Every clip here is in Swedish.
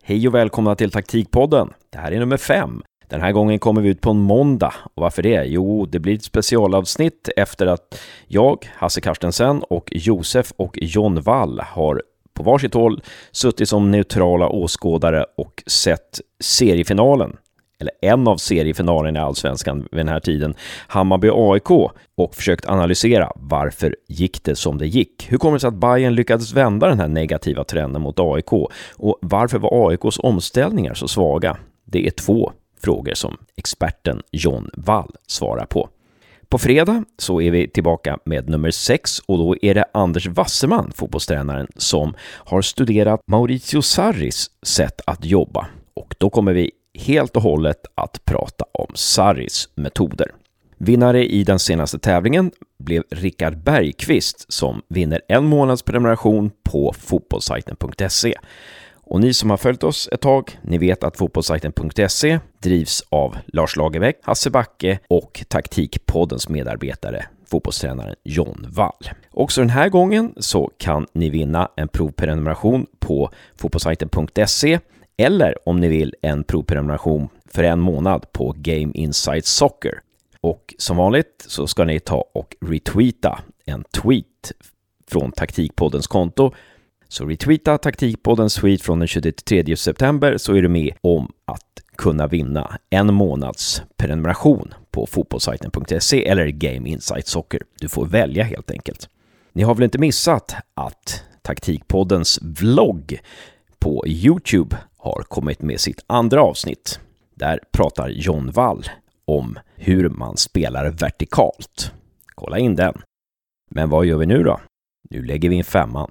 Hej och välkomna till Taktikpodden. Det här är nummer 5. Den här gången kommer vi ut på en måndag. Och varför det? Jo, det blir ett specialavsnitt efter att jag, Hasse Carstensen och Josef och John Wall har på varsitt håll suttit som neutrala åskådare och sett seriefinalen. Eller en av seriefinalerna i Allsvenskan vid den här tiden, Hammarby-AIK, och försökt analysera varför gick det som det gick. Hur kommer det sig att Bayern lyckades vända den här negativa trenden mot AIK? Och varför var AIKs omställningar så svaga? Det är 2 frågor som experten John Wall svarar på. På fredag så är vi tillbaka med nummer 6 och då är det Anders Wasserman, fotbollstränaren, som har studerat Maurizio Sarris sätt att jobba. Och då kommer vi helt och hållet att prata om Sarris metoder. Vinnare i den senaste tävlingen blev Rickard Bergqvist som vinner 1 månads prenumeration på fotbollssajten.se. Och ni som har följt oss ett tag, ni vet att fotbollssajten.se drivs av Lars Lagerbäck, Hasse Backe och Taktikpoddens medarbetare, fotbollstränaren John Wall. Också den här gången så kan ni vinna en provprenumeration på fotbollssajten.se eller om ni vill en provprenumeration för 1 månad på Game Insight Soccer. Och som vanligt så ska ni ta och retweeta en tweet från Taktikpoddens konto. Så retweeta Taktikpoddens tweet från den 23 september så är du med om att kunna vinna 1 månads prenumeration på fotbollssajten.se eller Game Insight Soccer. Du får välja helt enkelt. Ni har väl inte missat att Taktikpoddens vlogg på YouTube har kommit med sitt andra avsnitt. Där pratar John Wall om hur man spelar vertikalt. Kolla in den. Men vad gör vi nu då? Nu lägger vi in 5:an.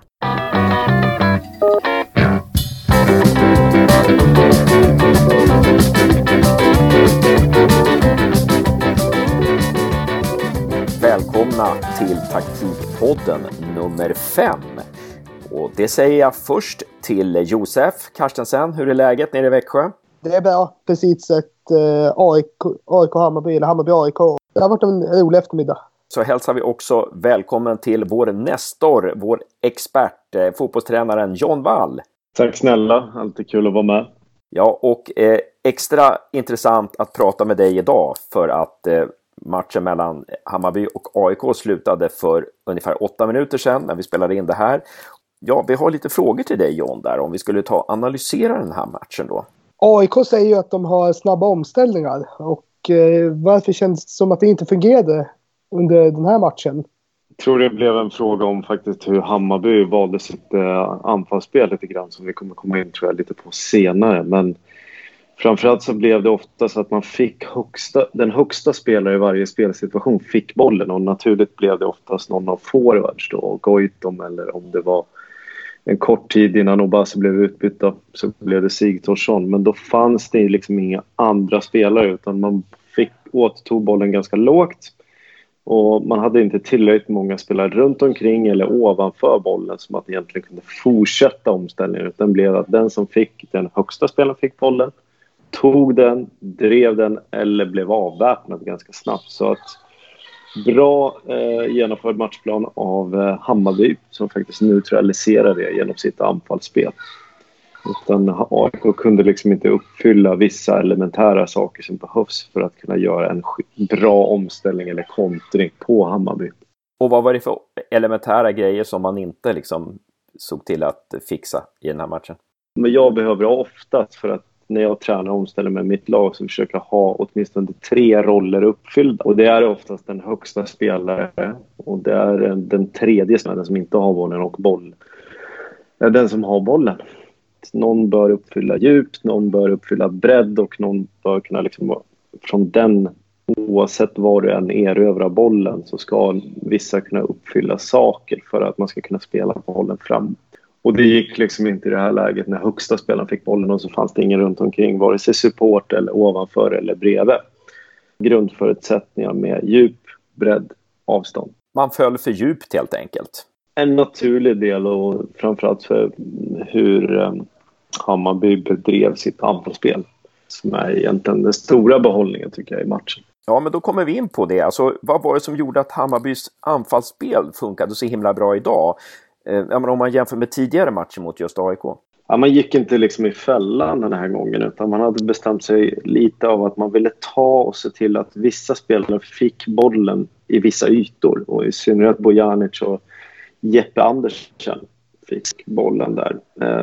Välkomna till Taktikpodden nummer 5. Och det säger jag först till Josef Carstensen. Hur är läget nere i Växjö? Det är bra. Precis ett AIK Hammarby eller Hammarby AIK. Det har varit en rolig eftermiddag. Så hälsar vi också välkommen till vår nestor, vår expert, fotbollstränaren John Wall. Tack snälla, alltid kul att vara med. Ja, och extra intressant att prata med dig idag för att matchen mellan Hammarby och AIK slutade för ungefär 8 minuter sedan när vi spelade in det här. Ja, vi har lite frågor till dig John där, om vi skulle ta och analysera den här matchen då. AIK säger ju att de har snabba omställningar och varför känns det som att det inte fungerade under den här matchen? Jag tror det blev en fråga om faktiskt hur Hammarby valde sitt anfallsspel lite grann, som vi kommer komma in tror jag lite på senare. Men framförallt så blev det ofta så att man fick den högsta spelare i varje spelsituation fick bollen, och naturligt blev det oftast någon av forwards då, Goitom, eller om det var en kort tid innan Obasi blev utbytt så blev det Sigthorsson. Men då fanns det liksom inga andra spelare, utan man återtog bollen ganska lågt. Och man hade inte tillräckligt många spelare runt omkring eller ovanför bollen som att egentligen kunde fortsätta omställningen. Utan blev att den som fick den högsta spelaren fick bollen, tog den, drev den eller blev avväpnad ganska snabbt. Så att bra genomförd matchplan av Hammarby som faktiskt neutraliserar det genom sitt anfallsspel. Utan AIK kunde liksom inte uppfylla vissa elementära saker som behövs för att kunna göra en bra omställning eller kontring på Hammarby. Och vad var det för elementära grejer som man inte liksom såg till att fixa i den här matchen? Men jag behöver oftast, för att när jag tränar omställning med mitt lag så försöker jag ha åtminstone 3 roller uppfyllda. Och det är oftast den högsta spelare och det är den tredje spelaren som inte har bollen och boll. Det är den som har bollen. Någon bör uppfylla djupt, någon bör uppfylla bredd och någon bör kunna liksom, från den, oavsett var du än erövrar bollen, så ska vissa kunna uppfylla saker för att man ska kunna spela bollen fram. Och det gick liksom inte i det här läget när högsta spelaren fick bollen och så fanns det ingen runt omkring, vare sig support eller ovanför eller bredvid. Grundförutsättningar med djup, bredd, avstånd. Man föll för djupt helt enkelt. En naturlig del, och framförallt för hur Hammarby bedrev sitt anfallsspel, som är egentligen den stora behållningen tycker jag i matchen. Ja, men då kommer vi in på det. Alltså, vad var det som gjorde att Hammarbys anfallsspel funkade så himla bra idag? Om man jämför med tidigare matcher mot just AIK. Ja, man gick inte liksom i fällan den här gången, utan man hade bestämt sig lite av att man ville ta och se till att vissa spelare fick bollen i vissa ytor, och i synnerhet Bojanic och Jeppe Andersen fick bollen där.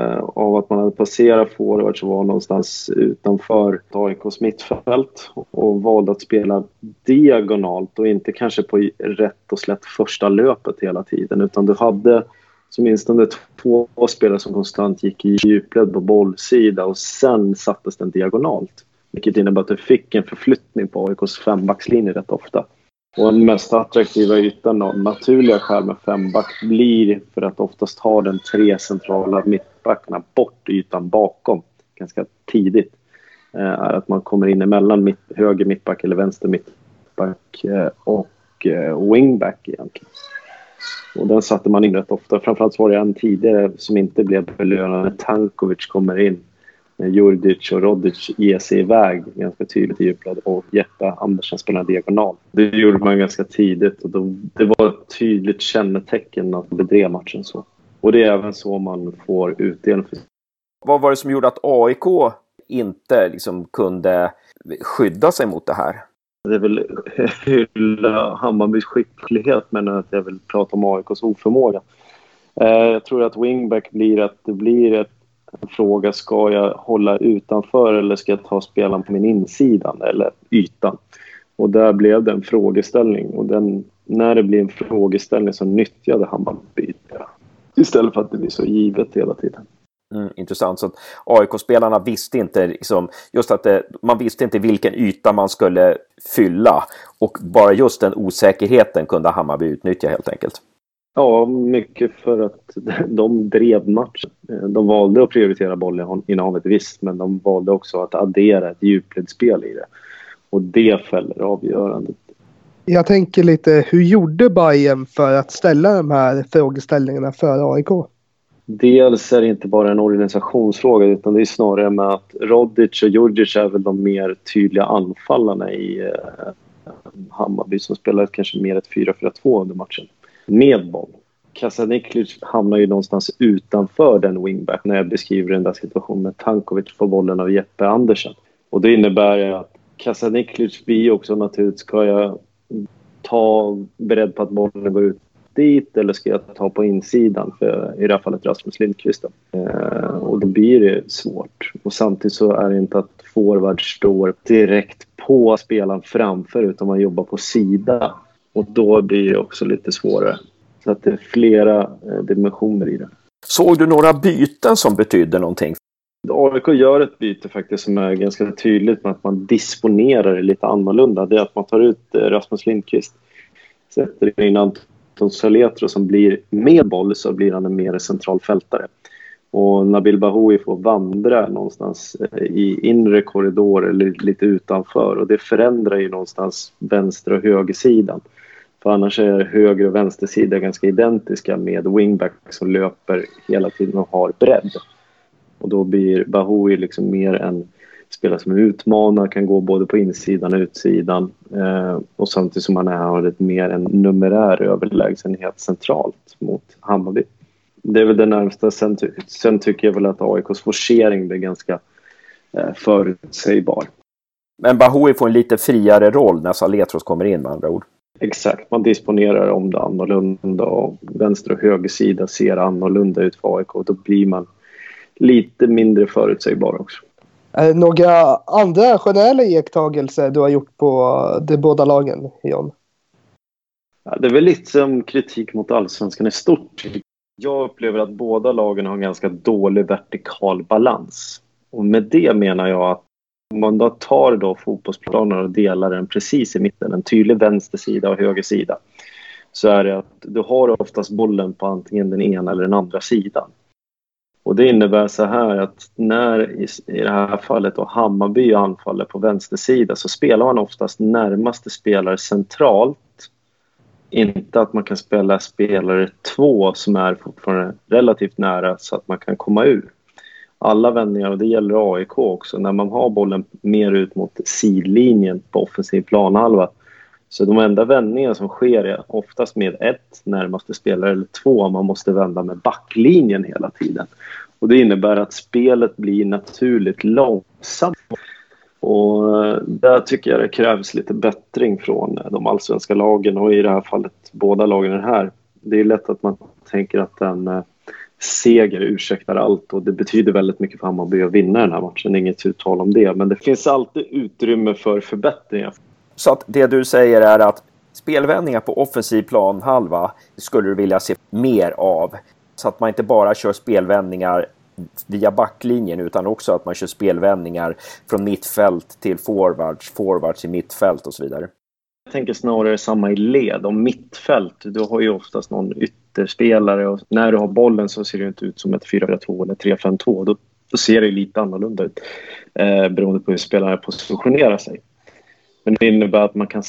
Av att man hade passerat forward så var någonstans utanför AIKs mittfält och valde att spela diagonalt och inte kanske på rätt och slätt första löpet hela tiden, utan du hade så minst under 2 spelare som konstant gick i djupled på bollsida och sen sattes den diagonalt. Vilket innebär att du fick en förflyttning på AIKs 5-backslinje rätt ofta. Och den mest attraktiva ytan av naturliga skäl med 5-back blir för att oftast ha den 3 centrala mittbackarna bort ytan bakom ganska tidigt. Är att man kommer in emellan höger mittback eller vänster mittback och wingback egentligen. Och den satte man in rätt ofta. Framförallt var det en tidigare som inte blev belönad när Tankovic kommer in. När Djurdjic och Rodic ger sig iväg ganska tydligt i djupled och Jeppe Andersen spelar diagonal. Det gjorde man ganska tidigt och det var ett tydligt kännetecken att bedriva matchen så. Och det är även så man får utdelning. Vad var det som gjorde att AIK inte liksom kunde skydda sig mot det här? Det är väl hylla Hammarbys skicklighet, men att jag vill prata om AIKs oförmåga. Jag tror att wingback blir att det blir en fråga, ska jag hålla utanför eller ska jag ta spelaren på min insidan eller ytan? Och där blev det en frågeställning, och när det blir en frågeställning så nyttjade Hammarby istället för att det blir så givet hela tiden. Intressant. Så att AIK-spelarna visste inte liksom, just att man visste inte vilken yta man skulle fylla, och bara just den osäkerheten kunde Hammarby utnyttja helt enkelt. Ja, mycket för att de drev matchen. De valde att prioritera bollinnehavet visst, men de valde också att addera ett djupledsspel i det. Och det fäller avgörandet. Jag tänker lite, hur gjorde Bayern för att ställa de här frågeställningarna för AIK? Dels är det inte bara en organisationsfråga, utan det är snarare med att Rodic och Djurdjic är väl de mer tydliga anfallarna i Hammarby, som spelar kanske mer ett 4-4-2 under matchen med boll. Kasaniklic hamnar ju någonstans utanför den wingback när jag beskriver den där situationen med Tankovic på bollen av Jeppe Andersen. Och det innebär att Kasaniklic blir också naturligt, ska jag beredd på att bollen går ut dit eller ska jag ta på insidan, för i det här fallet Rasmus Lindqvist. Och då blir det svårt. Och samtidigt så är det inte att forward står direkt på spelaren framför, utan man jobbar på sida. Och då blir det också lite svårare. Så att det är flera dimensioner i det. Såg du några byten som betydde någonting? AIK gör ett byte faktiskt som är ganska tydligt, med att man disponerar det lite annorlunda. Det är att man tar ut Rasmus Lindqvist, sätter in Anton Saletro som blir med boll, så blir han en mer central fältare. Och Nabil Bahoui får vandra någonstans i inre korridor eller lite utanför. Och det förändrar ju någonstans vänster- och högersidan. För annars är höger- och vänstersida ganska identiska med wingback som löper hela tiden och har bredd. Och då blir Bahoui liksom mer en spelare som utmanar, kan gå både på insidan och utsidan. Och samtidigt som han har ett mer en numerär överlägsenhet centralt mot Hammarby. Det är väl det närmsta. Sen tycker jag väl att AIKs forcering blir ganska förutsägbar. Men Bahoui får en lite friare roll när Saletros kommer in, med andra ord. Exakt, man disponerar om det annorlunda och vänster- och högersida ser annorlunda ut för AIK. Då blir man lite mindre förutsägbar också. Är det några andra generella iakttagelser du har gjort på de båda lagen, John? Ja, det är väl lite som kritik mot allsvenskan i stort. Jag upplever att båda lagen har en ganska dålig vertikal balans. Och med det menar jag att om man då tar då fotbollsplanen och delar den precis i mitten, en tydlig vänstersida och högersida, så är det att du har oftast bollen på antingen den ena eller den andra sidan. Och det innebär så här att när i det här fallet då Hammarby anfaller på vänstersida, så spelar man oftast närmaste spelare centralt. Inte att man kan spela spelare 2 som är fortfarande relativt nära så att man kan komma ur. Alla vändningar, och det gäller AIK också, när man har bollen mer ut mot sidlinjen på offensiv planhalva. Så de enda vändningar som sker är oftast med 1 närmaste spelare eller 2, man måste vända med backlinjen hela tiden. Och det innebär att spelet blir naturligt långsamt. Och där tycker jag det krävs lite bättring från de allsvenska lagen och i det här fallet båda lagen är här. Det är lätt att man tänker att en seger ursäktar allt och det betyder väldigt mycket för Hammarby att vinna den här matchen. Inget uttal om det, men det finns alltid utrymme för förbättringar. Så att det du säger är att spelvändningar på offensiv planhalva skulle du vilja se mer av. Så att man inte bara kör spelvändningar via backlinjen utan också att man kör spelvändningar från mittfält till forwards i mittfält och så vidare. Jag tänker snarare samma i led. Om mittfält, du har ju oftast någon ytterspelare och när du har bollen så ser det inte ut som ett 4-4-2 eller 3-5-2. Då ser det lite annorlunda ut beroende på hur spelarna positionerar sig. Men det innebär att man kan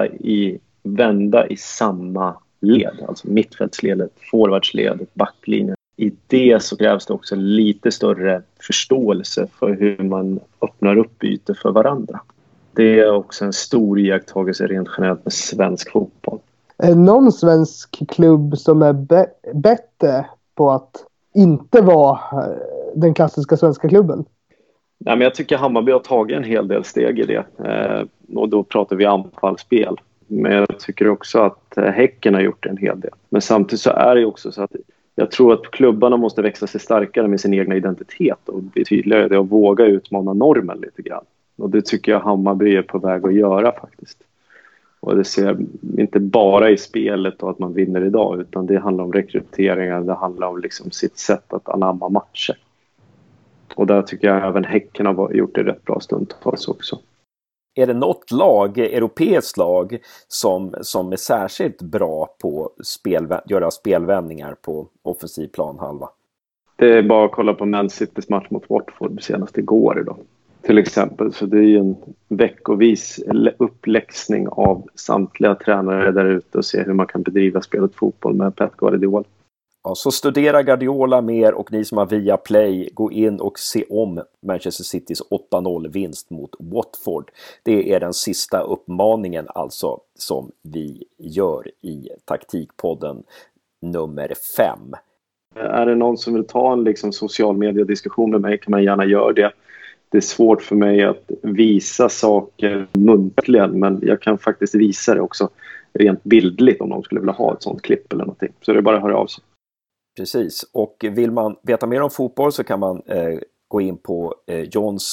vända i samma led, alltså mittfältsledet, forwardsledet, backlinjen. I det så krävs det också lite större förståelse för hur man öppnar upp ytor för varandra. Det är också en stor iakttagelse rent generellt med svensk fotboll. Är någon svensk klubb som är bättre på att inte vara den klassiska svenska klubben? Nej, men jag tycker Hammarby har tagit en hel del steg i det. Och då pratar vi anfallsspel. Men jag tycker också att Häcken har gjort en hel del. Men samtidigt så är det också så att jag tror att klubbarna måste växa sig starkare med sin egna identitet och bli tydligare det och våga utmana normen lite grann. Och det tycker jag Hammarby är på väg att göra faktiskt. Och det ser inte bara i spelet och att man vinner idag utan det handlar om rekryteringar, det handlar om liksom sitt sätt att anamma matcher. Och där tycker jag även Häcken har gjort det rätt bra stundtals också. Är det något europeiskt lag som är särskilt bra på göra spelvändningar på offensiv planhalva? Det är bara att kolla på Man Citys match mot Watford senast igår idag. Till exempel, så det är ju en veckovis uppläxning av samtliga tränare där ute och se hur man kan bedriva spelet fotboll med Pep Guardiola. Ja, så studera Guardiola mer och ni som har via Play, gå in och se om Manchester Citys 8-0-vinst mot Watford. Det är den sista uppmaningen alltså som vi gör i taktikpodden nummer 5. Är det någon som vill ta en social media-diskussion med mig kan man gärna göra det. Det är svårt för mig att visa saker muntligen men jag kan faktiskt visa det också rent bildligt om någon skulle vilja ha ett sånt klipp eller någonting. Så det är bara att höra av sig. Precis, och vill man veta mer om fotboll så kan man gå in på Johns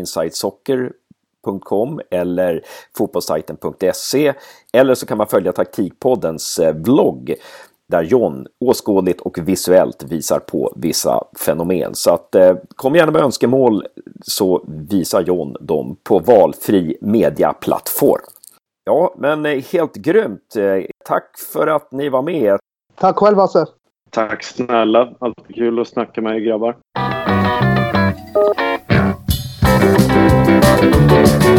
gameinsightsoccer.com eller fotbollssajten.se eller så kan man följa taktikpoddens vlogg där John åskådligt och visuellt visar på vissa fenomen. Så att kom gärna med önskemål så visar John dem på valfri mediaplattform. Ja, men helt grymt. Tack för att ni var med. Tack själv, Hasse. Tack snälla. Alltid kul att snacka med er grabbar.